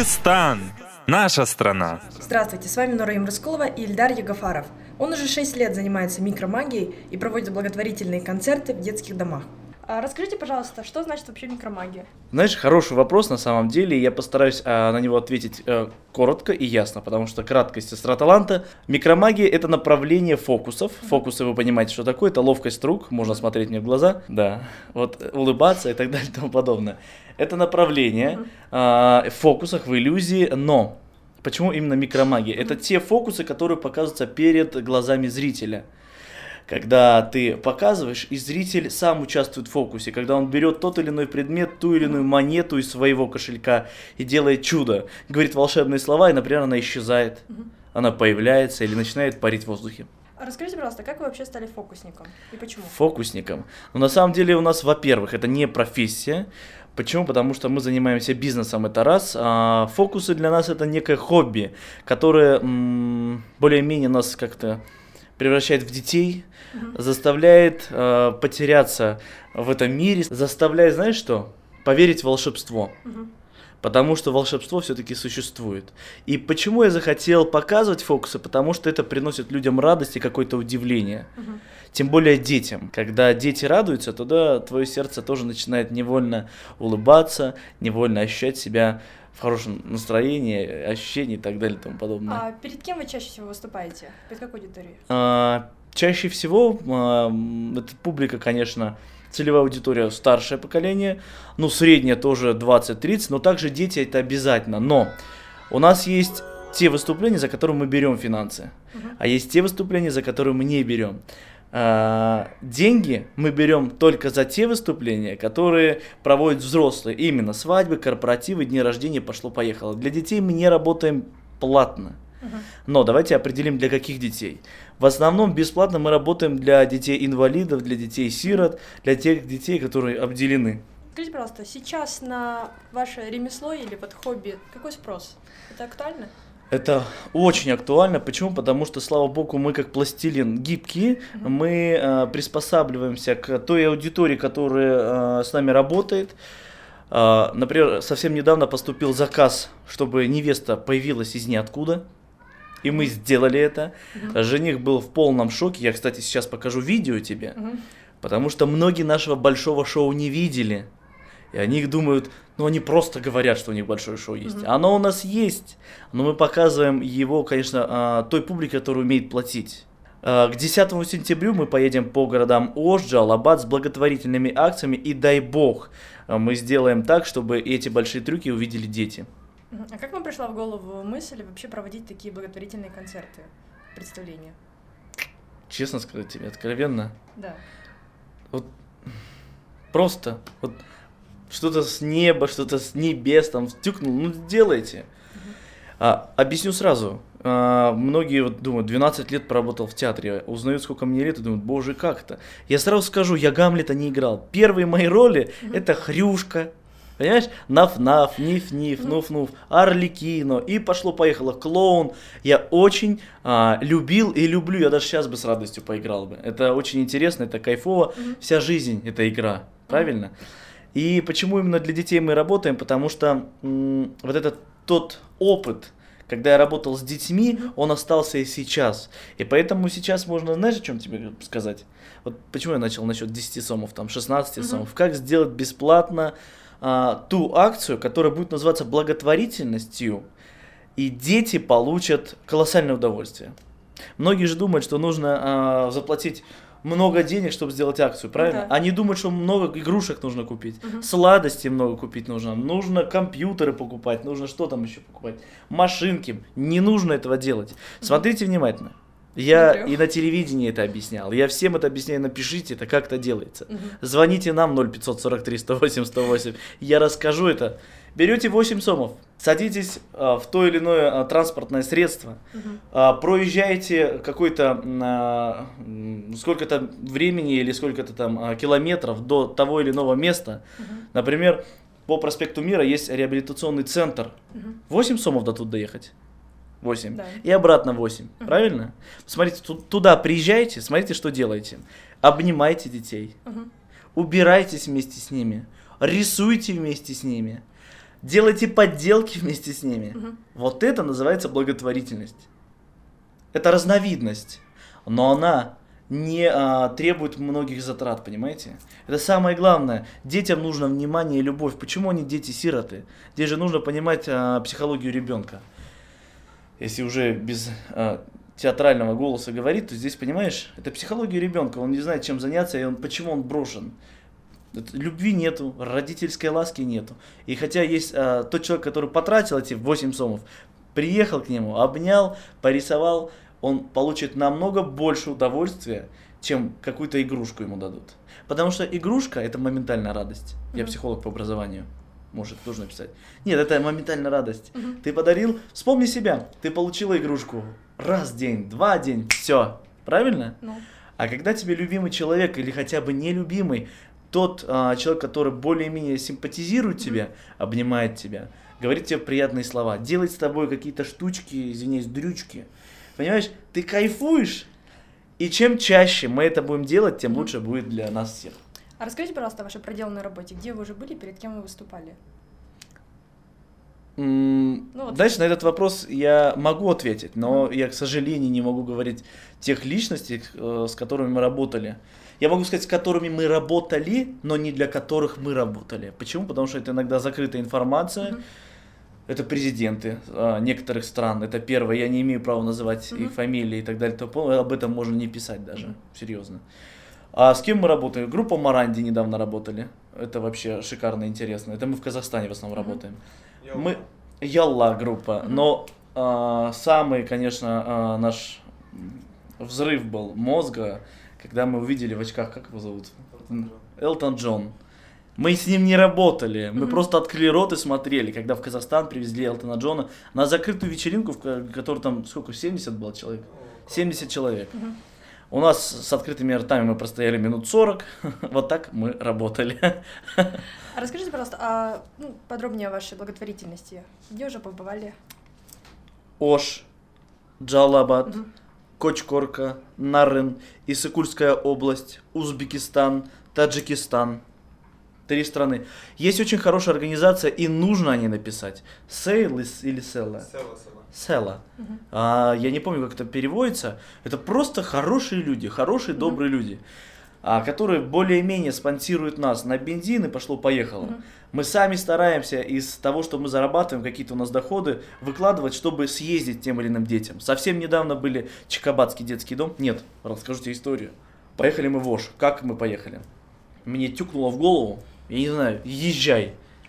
Кыргызстан. Наша страна. Здравствуйте, с вами Нураим Рыскулова и Ильдар Ягафаров. Он уже 6 лет занимается микромагией и проводит благотворительные концерты в детских домах. Расскажите, пожалуйста, что значит вообще микромагия? Знаешь, хороший вопрос на самом деле, и я постараюсь на него ответить коротко и ясно, потому что краткость — сестра таланта. Микромагия — это направление фокусов. Фокусы, вы понимаете, что такое? Это ловкость рук, можно смотреть мне в глаза, да, вот улыбаться и так далее и тому подобное. Это направление в фокусах, в иллюзии, но почему именно микромагия? Это те фокусы, которые показываются перед глазами зрителя. Когда ты показываешь, и зритель сам участвует в фокусе, когда он берет тот или иной предмет, ту или иную монету из своего кошелька и делает чудо, говорит волшебные слова, и, например, она исчезает, она появляется или начинает парить в воздухе. Расскажите, пожалуйста, как вы вообще стали фокусником и почему? Фокусником? Ну, на самом деле у нас, во-первых, это не профессия. Почему? Потому что мы занимаемся бизнесом, это раз. А фокусы для нас это некое хобби, которое более-менее нас как-то превращает в детей, заставляет потеряться в этом мире, заставляет, знаешь что, поверить в волшебство. Потому что волшебство все-таки существует. И почему я захотел показывать фокусы? Потому что это приносит людям радость и какое-то удивление. Тем более детям. Когда дети радуются, тогда твое сердце тоже начинает невольно улыбаться, невольно ощущать себя в хорошем настроении, ощущении и так далее и тому подобное. А перед кем вы чаще всего выступаете? Перед какой аудиторией? Чаще всего это публика, конечно, целевая аудитория старшее поколение, ну, среднее тоже 20-30, но также дети это обязательно. Но у нас есть те выступления, за которые мы берем финансы, а есть те выступления, за которые мы не берем. Деньги мы берем только за те выступления, которые проводят взрослые, именно свадьбы, корпоративы, дни рождения, пошло-поехало. Для детей мы не работаем платно. Но давайте определим, для каких детей. В основном бесплатно мы работаем для детей-инвалидов, для детей-сирот, для тех детей, которые обделены. Скажите, пожалуйста, сейчас на ваше ремесло или под хобби какой спрос? Это актуально? Это очень актуально. Почему? Потому что, слава богу, мы как пластилин гибкие, мы приспосабливаемся к той аудитории, которая с нами работает. Например, совсем недавно поступил заказ, чтобы невеста появилась из ниоткуда. И мы сделали это. Жених был в полном шоке. Я, кстати, сейчас покажу видео тебе. Потому что многие нашего большого шоу не видели. И они думают, ну они просто говорят, что у них большое шоу есть. Оно у нас есть. Но мы показываем его, конечно, той публике, которая умеет платить. К 10 сентября мы поедем по городам Ош, Джалабад с благотворительными акциями. И дай бог, мы сделаем так, чтобы эти большие трюки увидели дети. А как вам пришла в голову мысль вообще проводить такие благотворительные концерты, представления? Честно сказать тебе, откровенно? Да. Вот просто вот что-то с неба, что-то с небес там стюкнул, ну сделайте. Объясню сразу. Многие вот думают, 12 лет проработал в театре, узнают, сколько мне лет, и думают, боже, как это? Я сразу скажу, я Гамлета не играл. Первые мои роли это Хрюшка, понимаешь? Наф-наф, ниф-ниф, нуф-нуф, Арлекино, и пошло-поехало, клоун. Я очень любил и люблю, я даже сейчас бы с радостью поиграл бы. Это очень интересно, это кайфово, вся жизнь это игра, правильно? И почему именно для детей мы работаем? Потому что вот этот тот опыт, когда я работал с детьми, он остался и сейчас. И поэтому сейчас можно, знаешь, о чем тебе сказать? Вот почему я начал насчет 10 сомов, там 16 сомов. Как сделать бесплатно ту акцию, которая будет называться благотворительностью, и дети получат колоссальное удовольствие. Многие же думают, что нужно заплатить много денег, чтобы сделать акцию, правильно? Да. Они думают, что много игрушек нужно купить, сладостей много купить нужно компьютеры покупать, нужно что там еще покупать, машинки. Не нужно этого делать. Смотрите внимательно. Я и на телевидении это объяснял, я всем это объясняю, напишите это, как это делается. Звоните нам 0543 108 108, я расскажу это. Берете 8 сомов, садитесь в то или иное транспортное средство, проезжаете какой-то сколько-то времени или сколько-то там километров до того или иного места. Например, по проспекту Мира есть реабилитационный центр. 8 сомов до туда доехать. 8. Да. И обратно 8. Правильно? Смотрите, туда приезжайте, смотрите, что делаете. Обнимайте детей. Убирайтесь вместе с ними. Рисуйте вместе с ними. делайте подделки вместе с ними. Вот это называется благотворительность. Это разновидность, но она не требует многих затрат, понимаете? Это самое главное. Детям нужно внимание и любовь. Почему они дети-сироты? Здесь же нужно понимать психологию ребенка. Если уже без театрального голоса говорит, то здесь, понимаешь, это психология ребенка. Он не знает, чем заняться, и почему он брошен. Любви нету, родительской ласки нету. И хотя есть тот человек, который потратил эти 8 сомов, приехал к нему, обнял, порисовал, он получит намного больше удовольствия, чем какую-то игрушку ему дадут. Потому что игрушка – это моментальная радость. Я психолог по образованию. Может, тоже написать. Нет, это моментальная радость. Ты подарил, вспомни себя, ты получила игрушку. Раз в день, 2 в день, все. Правильно? А когда тебе любимый человек или хотя бы нелюбимый, тот человек, который более-менее симпатизирует тебе, обнимает тебя, говорит тебе приятные слова, делает с тобой какие-то штучки, извиняюсь, дрючки. Понимаешь, ты кайфуешь, и чем чаще мы это будем делать, тем лучше будет для нас всех. А расскажите, пожалуйста, о вашей проделанной работе. Где вы уже были, перед кем вы выступали? Дальше на этот вопрос я могу ответить, но я, к сожалению, не могу говорить тех личностей, с которыми мы работали. Я могу сказать, с которыми мы работали, но не для которых мы работали. Почему? Потому что это иногда закрытая информация. Это президенты некоторых стран. Это первое. Я не имею права называть их фамилии и так далее. Об этом можно не писать даже. Серьезно. А с кем мы работаем? Группа Моранди недавно работали. Это вообще шикарно и интересно. Это мы в Казахстане в основном работаем. Мы Ялла группа. Но самый, конечно, наш взрыв был мозга, когда мы увидели в очках, как его зовут? Элтон Джон. Мы с ним не работали, мы просто открыли рот и смотрели, когда в Казахстан привезли Элтона Джона на закрытую вечеринку, в которой там, сколько, 70 было человек? 70 человек. У нас с открытыми ртами мы простояли минут 40, вот так мы работали. А расскажите, пожалуйста, подробнее о вашей благотворительности. Где уже побывали? Ош, Джалабад, Кочкорка, Нарын, Иссыкульская область, Узбекистан, Таджикистан. 3 страны. Есть очень хорошая организация, и нужно о ней написать. Сейл или Села? Села. Я не помню, как это переводится. Это просто хорошие люди, хорошие, добрые люди, которые более-менее спонсируют нас на бензин, и пошло-поехало. Мы сами стараемся из того, что мы зарабатываем, какие-то у нас доходы, выкладывать, чтобы съездить тем или иным детям. Совсем недавно были Чикабадский детский дом. Нет, расскажу тебе историю. Поехали мы в Ош. Как мы поехали? Мне тюкнуло в голову, я не знаю, езжай.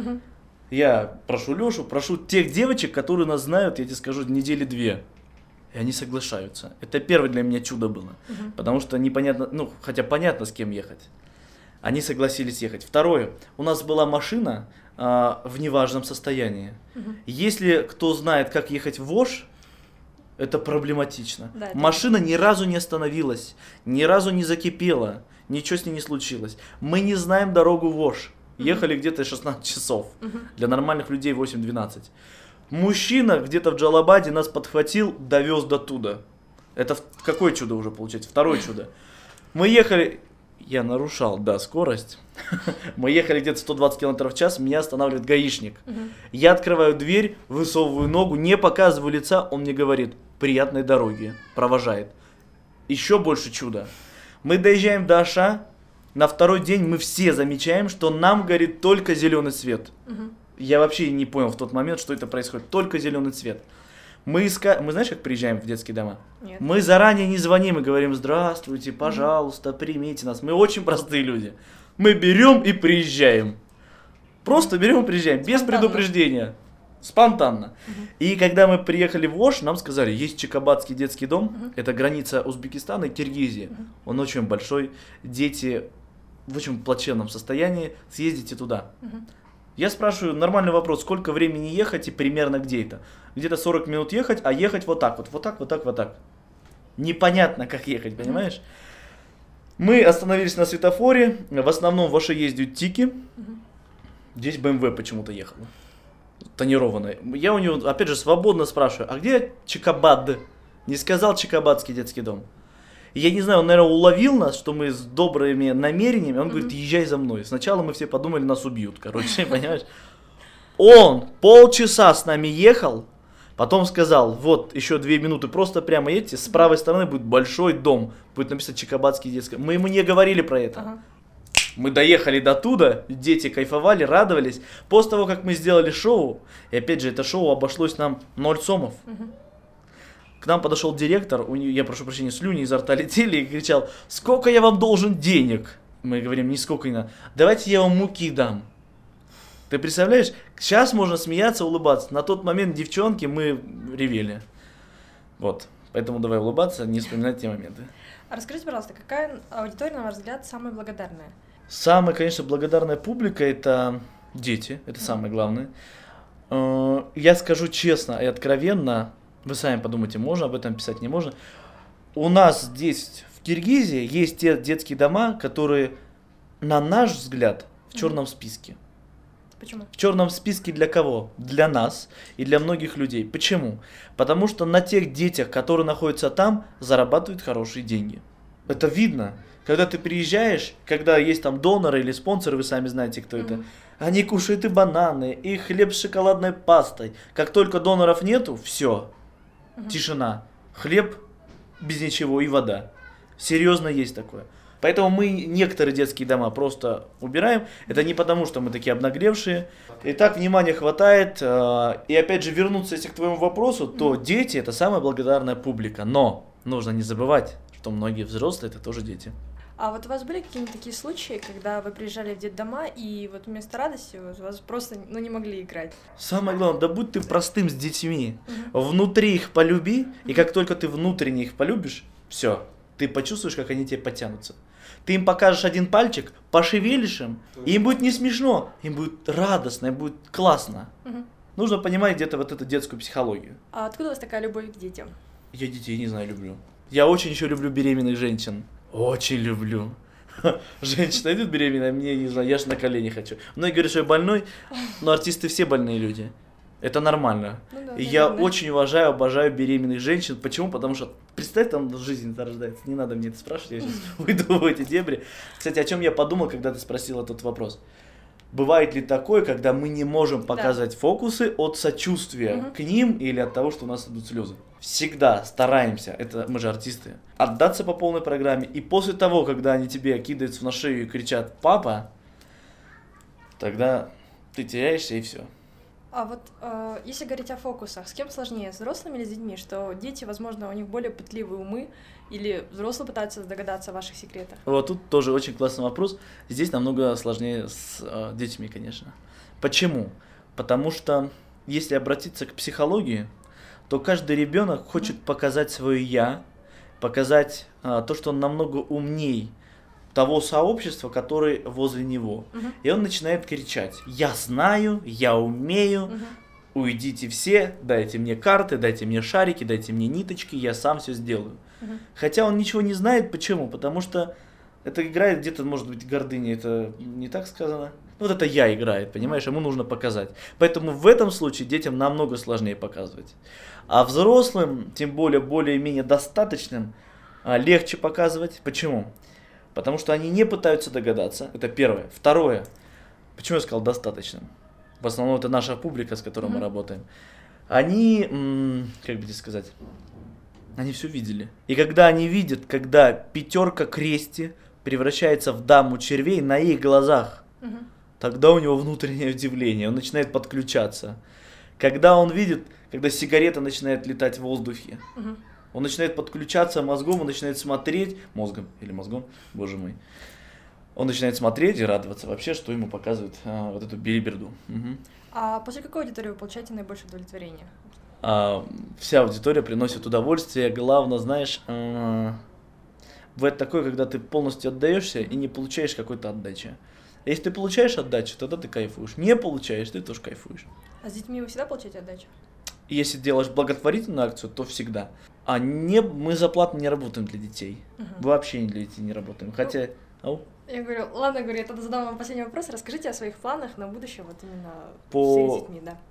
Я прошу Лешу, прошу тех девочек, которые нас знают, я тебе скажу, недели 2. И они соглашаются. Это первое для меня чудо было. Потому что непонятно, хотя понятно, с кем ехать. Они согласились ехать. Второе, у нас была машина в неважном состоянии. Если кто знает, как ехать в Ош, это проблематично. Да, машина ни разу не остановилась, ни разу не закипела. Ничего с ней не случилось. Мы не знаем дорогу в Ош. Ехали где-то 16 часов. Для нормальных людей 8-12. Мужчина где-то в Джалабаде нас подхватил, довез до туда. Это какое чудо уже получается? Второе чудо. Мы ехали... Я нарушал, да, скорость. Мы ехали где-то 120 км в час, меня останавливает гаишник. Я открываю дверь, высовываю ногу, не показываю лица, он мне говорит: приятной дороги, провожает. Еще больше чуда. Мы доезжаем до Аша, на второй день мы все замечаем, что нам горит только зеленый свет. Я вообще не понял в тот момент, что это происходит, только зеленый цвет. Мы знаешь, как приезжаем в детские дома? Нет. Мы заранее не звоним и говорим: здравствуйте, пожалуйста, примите нас. Мы очень простые люди. Мы берем и приезжаем. Просто берем и приезжаем, без предупреждения. Спонтанно. И когда мы приехали в Ош, нам сказали: есть Чикабадский детский дом, это граница Узбекистана и Киргизии. Он очень большой, дети в очень плачевном состоянии, съездите туда. Я спрашиваю, нормальный вопрос, сколько времени ехать и примерно где это? Где-то 40 минут ехать, а ехать вот так вот, вот так, вот так, вот так. Непонятно, как ехать, понимаешь? Мы остановились на светофоре, в основном в Оше ездят тики. Здесь BMW почему-то ехала. Тонированная. Я у него, опять же, свободно спрашиваю: а где Чикабад? Не сказал Чикабадский детский дом. И я не знаю, он, наверное, уловил нас, что мы с добрыми намерениями. Он говорит: езжай за мной. Сначала мы все подумали, нас убьют, короче, понимаешь? Он полчаса с нами ехал, потом сказал, вот еще 2 минуты, просто прямо едьте, с правой стороны будет большой дом, будет написано Чикабадский детский. Мы ему не говорили про это. Ага. Мы доехали до туда, дети кайфовали, радовались. После того, как мы сделали шоу, и опять же, это шоу обошлось нам 0 сомов. К нам подошел директор, я прошу прощения, слюни изо рта летели и кричал, сколько я вам должен денег? Мы говорим, нисколько не надо. Давайте я вам муки дам. Ты представляешь, сейчас можно смеяться, улыбаться. На тот момент девчонки мы ревели. Вот, поэтому давай улыбаться, не вспоминать те моменты. А расскажите, пожалуйста, какая аудитория, на ваш взгляд, самая благодарная? Самая, конечно, благодарная публика – это дети, это самое главное. Я скажу честно и откровенно, вы сами подумайте, можно об этом писать, не можно. У нас здесь, в Киргизии, есть те детские дома, которые, на наш взгляд, в черном списке. Почему? В черном списке для кого? Для нас и для многих людей. Почему? Потому что на тех детях, которые находятся там, зарабатывают хорошие деньги. Это видно. Когда ты приезжаешь, когда есть там доноры или спонсоры, вы сами знаете, кто это, они кушают и бананы, и хлеб с шоколадной пастой. Как только доноров нету, все, тишина. Хлеб без ничего и вода. Серьезно есть такое. Поэтому мы некоторые детские дома просто убираем. Это не потому, что мы такие обнаглевшие. И так внимания хватает. И опять же, вернуться, если к твоему вопросу, то дети – это самая благодарная публика. Но нужно не забывать, что многие взрослые – это тоже дети. А вот у вас были какие-нибудь такие случаи, когда вы приезжали в детдома, и вот вместо радости у вас просто не могли играть? Самое главное, да будь ты простым с детьми. Внутри их полюби, и как только ты внутренне их полюбишь, все, ты почувствуешь, как они тебе потянутся. Ты им покажешь один пальчик, пошевелишь им, и им будет не смешно, им будет радостно, им будет классно. Нужно понимать где-то вот эту детскую психологию. А откуда у вас такая любовь к детям? Я детей не знаю, люблю. Я очень еще люблю беременных женщин. Очень люблю. Женщина идет беременная, мне не знаю, я же на колени хочу. Многие говорят, что я больной, но артисты все больные люди. Это нормально. Ну да, и я наверное. очень уважаю, обожаю беременных женщин. Почему? Потому что, представь, там жизнь зарождается. Не надо мне это спрашивать, я сейчас уйду в эти дебри. Кстати, о чем я подумал, когда ты спросил этот вопрос. Бывает ли такое, когда мы не можем показать фокусы от сочувствия к ним или от того, что у нас идут слезы? Всегда стараемся, это мы же артисты, отдаться по полной программе. И после того, когда они тебе кидаются на шею и кричат «папа», тогда ты теряешься и все. А вот если говорить о фокусах, с кем сложнее, с взрослыми или с детьми? Что дети, возможно, у них более пытливые умы, или взрослые пытаются догадаться о ваших секретах? Вот тут тоже очень классный вопрос. Здесь намного сложнее с детьми, конечно. Почему? Потому что, если обратиться к психологии, то каждый ребенок хочет показать свое «я», показать то, что он намного умней того сообщества, которое возле него. И он начинает кричать: «Я знаю, я умею, уйдите все, дайте мне карты, дайте мне шарики, дайте мне ниточки, я сам все сделаю». Хотя он ничего не знает. Почему? Потому что это играет где-то, может быть, гордыня, это не так сказано. Вот это «я» играет, понимаешь, ему нужно показать. Поэтому в этом случае детям намного сложнее показывать. А взрослым, тем более-менее достаточным, легче показывать. Почему? Потому что они не пытаются догадаться, это первое. Второе, почему я сказал достаточным? В основном это наша публика, с которой мы работаем. Они, как бы тебе сказать, они все видели. И когда они видят, когда пятерка крести превращается в даму червей на их глазах, тогда у него внутреннее удивление, он начинает подключаться. Когда он видит, когда сигарета начинает летать в воздухе, он начинает подключаться мозгом, он начинает смотреть, мозгом или мозгом, боже мой, он начинает смотреть и радоваться вообще, что ему показывают вот эту билиберду. А после какой аудитории вы получаете наибольшее удовлетворение? Вся аудитория приносит удовольствие, главное, знаешь, бывает такое, когда ты полностью отдаешься и не получаешь какой-то отдачи. Если ты получаешь отдачу, тогда ты кайфуешь. Не получаешь, ты тоже кайфуешь. А с детьми вы всегда получаете отдачу? Если делаешь благотворительную акцию, то всегда. А не, мы за плату не работаем для детей. Вообще для детей не работаем. Хотя... Я говорю, ладно, говорю, я тогда задам вам последний вопрос. Расскажите о своих планах на будущее, вот именно с детьми, да.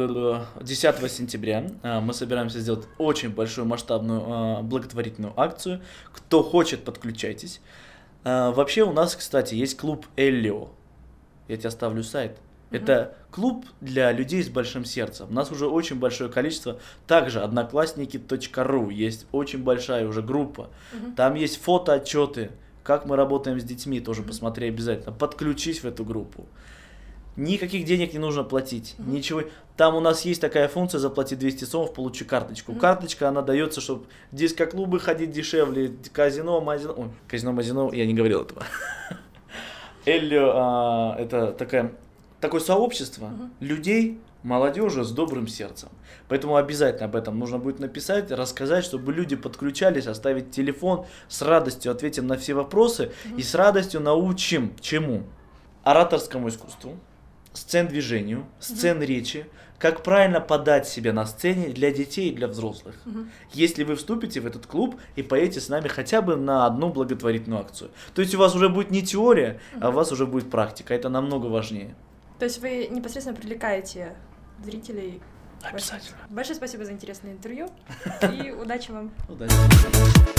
10 сентября мы собираемся сделать очень большую масштабную благотворительную акцию. Кто хочет, подключайтесь. Вообще у нас, кстати, есть клуб Эллио. Я тебе оставлю сайт. Это клуб для людей с большим сердцем. У нас уже очень большое количество. Также одноклассники.ру есть очень большая уже группа. Там есть фотоотчеты, как мы работаем с детьми, тоже посмотри обязательно. Подключись в эту группу. Никаких денег не нужно платить, ничего. Там у нас есть такая функция: заплати 200 сомов, получи карточку. Карточка, она дается, чтобы в дискоклубы ходить дешевле, казино, мазино. Ой, казино, мазино, я не говорил этого. Эллио, это такое сообщество людей, молодежи с добрым сердцем. Поэтому обязательно об этом нужно будет написать, рассказать, чтобы люди подключались, оставить телефон, с радостью ответим на все вопросы и с радостью научим чему? Ораторскому искусству, сцен-движению, сцен-речи, как правильно подать себя на сцене для детей и для взрослых. Если вы вступите в этот клуб и поедете с нами хотя бы на одну благотворительную акцию. То есть у вас уже будет не теория, а у вас уже будет практика. Это намного важнее. То есть вы непосредственно привлекаете зрителей? Обязательно. Большое спасибо за интересное интервью и удачи вам. Удачи.